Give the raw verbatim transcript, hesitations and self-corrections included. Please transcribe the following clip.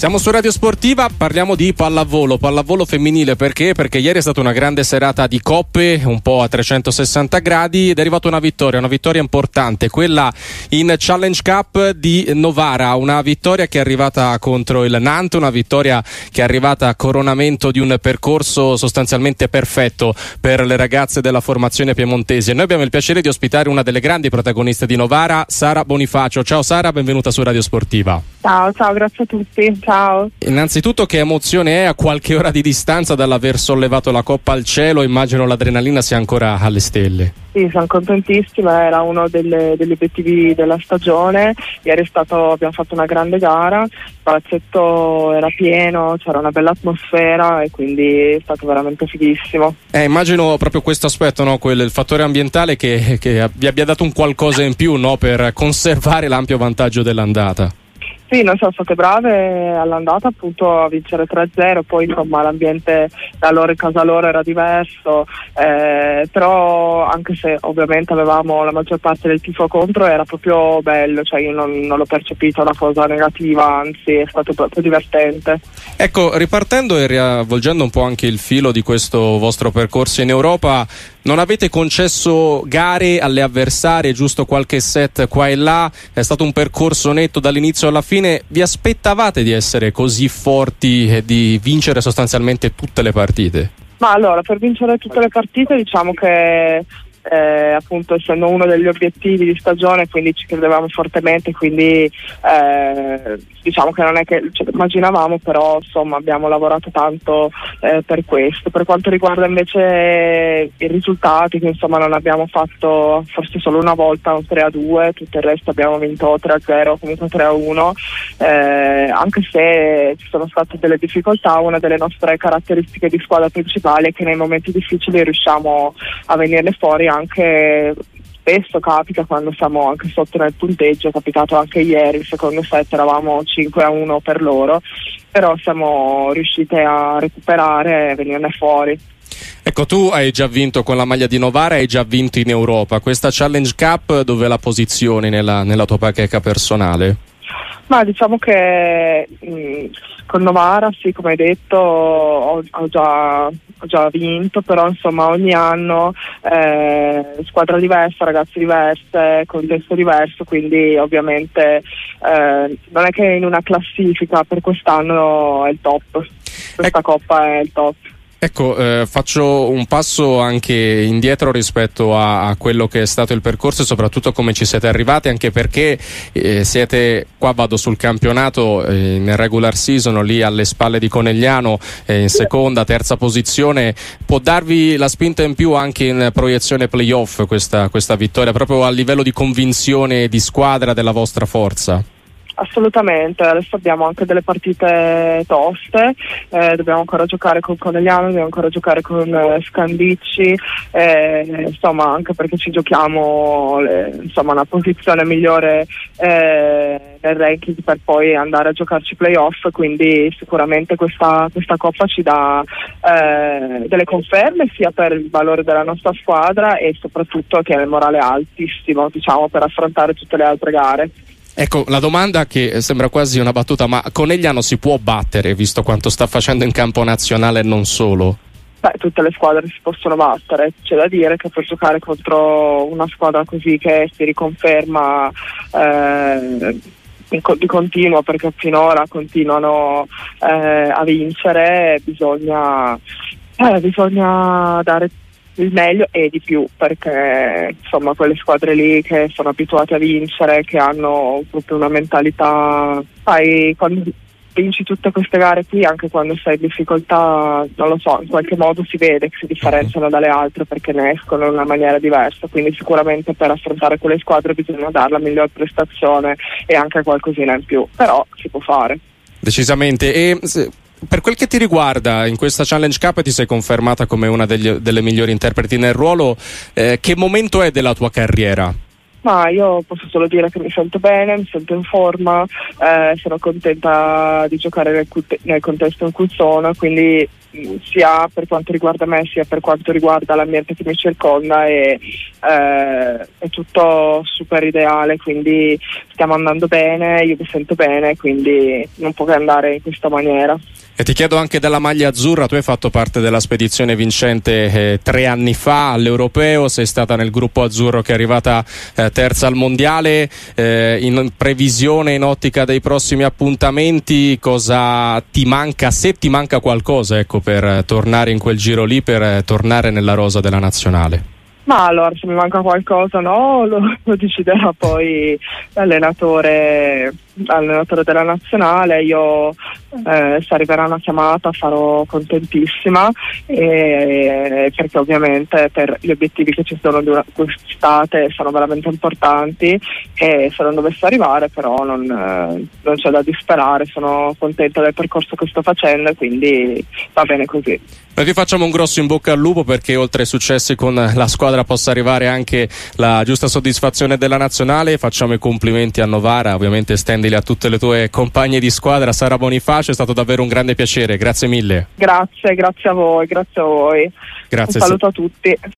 Siamo su Radio Sportiva, parliamo di pallavolo, pallavolo femminile, perché? Perché ieri è stata una grande serata di coppe, un po' a trecentosessanta gradi, ed è arrivata una vittoria, una vittoria importante, quella in Challenge Cup di Novara, una vittoria che è arrivata contro il Nantes, una vittoria che è arrivata a coronamento di un percorso sostanzialmente perfetto per le ragazze della formazione piemontese. Noi abbiamo il piacere di ospitare una delle grandi protagoniste di Novara, Sara Bonifacio. Ciao Sara, benvenuta su Radio Sportiva. Ciao, ciao, grazie a tutti, ciao. Innanzitutto, che emozione è a qualche ora di distanza dall'aver sollevato la coppa al cielo? Immagino l'adrenalina sia ancora alle stelle. Sì, sono contentissima, era uno delle, degli obiettivi della stagione. Ieri è stato, abbiamo fatto una grande gara, il palazzetto era pieno, c'era una bella atmosfera e quindi è stato veramente fighissimo. Eh, immagino proprio questo aspetto, no? Quel, il fattore ambientale che, che vi abbia dato un qualcosa in più, no? Per conservare l'ampio vantaggio dell'andata. Sì, noi siamo state brave all'andata appunto a vincere tre a zero, poi insomma l'ambiente da loro in casa loro era diverso, eh, però anche se ovviamente avevamo la maggior parte del tifo contro, era proprio bello, cioè io non, non l'ho percepito una cosa negativa, anzi è stato proprio divertente. Ecco, ripartendo e riavvolgendo un po' anche il filo di questo vostro percorso in Europa, non avete concesso gare alle avversarie, giusto qualche set qua e là, è stato un percorso netto dall'inizio alla fine. Vi aspettavate di essere così forti e di vincere sostanzialmente tutte le partite? Ma allora, per vincere tutte le partite diciamo che Eh, appunto essendo uno degli obiettivi di stagione, quindi ci credevamo fortemente, quindi eh, diciamo che non è che ce lo immaginavamo, però insomma abbiamo lavorato tanto eh, per questo. Per quanto riguarda invece i risultati, che insomma non abbiamo fatto forse solo una volta un tre a due, tutto il resto abbiamo vinto tre a zero, comunque tre a uno, eh, anche se ci sono state delle difficoltà. Una delle nostre caratteristiche di squadra principale è che nei momenti difficili riusciamo a venirne fuori. Anche spesso capita quando siamo anche sotto nel punteggio, è capitato anche ieri, il secondo set eravamo cinque a uno per loro, però siamo riuscite a recuperare e venirne fuori. Ecco, tu hai già vinto con la maglia di Novara, hai già vinto in Europa, questa Challenge Cup dove la posizioni nella, nella tua bacheca personale? Ma diciamo che mh, con Novara, sì, come hai detto, ho, ho, già, ho già vinto, però insomma ogni anno eh, squadra diversa, ragazze diverse, contesto diverso, quindi ovviamente eh, non è che in una classifica per quest'anno è il top, questa ecco. Coppa è il top. Ecco, eh, faccio un passo anche indietro rispetto a, a quello che è stato il percorso e soprattutto come ci siete arrivati, anche perché eh, siete, qua vado sul campionato, eh, in regular season, lì alle spalle di Conegliano, eh, in seconda, terza posizione. Può darvi la spinta in più anche in proiezione playoff questa, questa vittoria, proprio a livello di convinzione di squadra della vostra forza? Assolutamente, adesso abbiamo anche delle partite toste, eh, dobbiamo ancora giocare con Conegliano, dobbiamo ancora giocare con eh, Scandicci, eh, insomma anche perché ci giochiamo le, insomma una posizione migliore eh, nel ranking per poi andare a giocarci playoff, quindi sicuramente questa, questa Coppa ci dà eh, delle conferme sia per il valore della nostra squadra e soprattutto che ha il morale altissimo, diciamo, per affrontare tutte le altre gare. Ecco, la domanda che sembra quasi una battuta, ma Conegliano si può battere visto quanto sta facendo in campo nazionale e non solo? Beh, tutte le squadre si possono battere, c'è da dire che per giocare contro una squadra così che si riconferma eh, di continuo, perché finora continuano eh, a vincere, bisogna, eh, bisogna dare il meglio e di più, perché insomma quelle squadre lì che sono abituate a vincere, che hanno proprio una mentalità, sai, quando vinci tutte queste gare qui, anche quando sei in difficoltà, non lo so, in qualche modo si vede che si differenziano dalle altre perché ne escono in una maniera diversa, quindi sicuramente per affrontare quelle squadre bisogna dare la miglior prestazione e anche qualcosina in più, però si può fare. Decisamente. E se... per quel che ti riguarda, in questa Challenge Cup ti sei confermata come una degli, delle migliori interpreti nel ruolo. Eh, che momento è della tua carriera? Ma io posso solo dire che mi sento bene, mi sento in forma, eh, sono contenta di giocare nel, nel contesto in cui sono, quindi mh, sia per quanto riguarda me sia per quanto riguarda l'ambiente che mi circonda e, eh, è tutto super ideale, quindi stiamo andando bene, io mi sento bene, quindi non può che andare in questa maniera. E ti chiedo anche della maglia azzurra, tu hai fatto parte della spedizione vincente eh, tre anni fa all'Europeo, sei stata nel gruppo azzurro che è arrivata eh, terza al mondiale, eh, in previsione, in ottica dei prossimi appuntamenti, cosa ti manca, se ti manca qualcosa, ecco, per eh, tornare in quel giro lì, per eh, tornare nella rosa della nazionale? Ma allora, se mi manca qualcosa, no, lo, lo deciderà poi l'allenatore, l'allenatore della nazionale. Io, eh, se arriverà una chiamata, sarò contentissima, e, perché ovviamente per gli obiettivi che ci sono quest'estate sono veramente importanti, e se non dovesse arrivare però non, eh, non c'è da disperare, sono contenta del percorso che sto facendo e quindi va bene così. Noi ti facciamo un grosso in bocca al lupo, perché oltre ai successi con la squadra possa arrivare anche la giusta soddisfazione della nazionale. Facciamo i complimenti a Novara, ovviamente stendili a tutte le tue compagne di squadra. Sara Bonifacio, è stato davvero un grande piacere, grazie mille. Grazie, grazie a voi, grazie a voi. Grazie. Un saluto a tutti.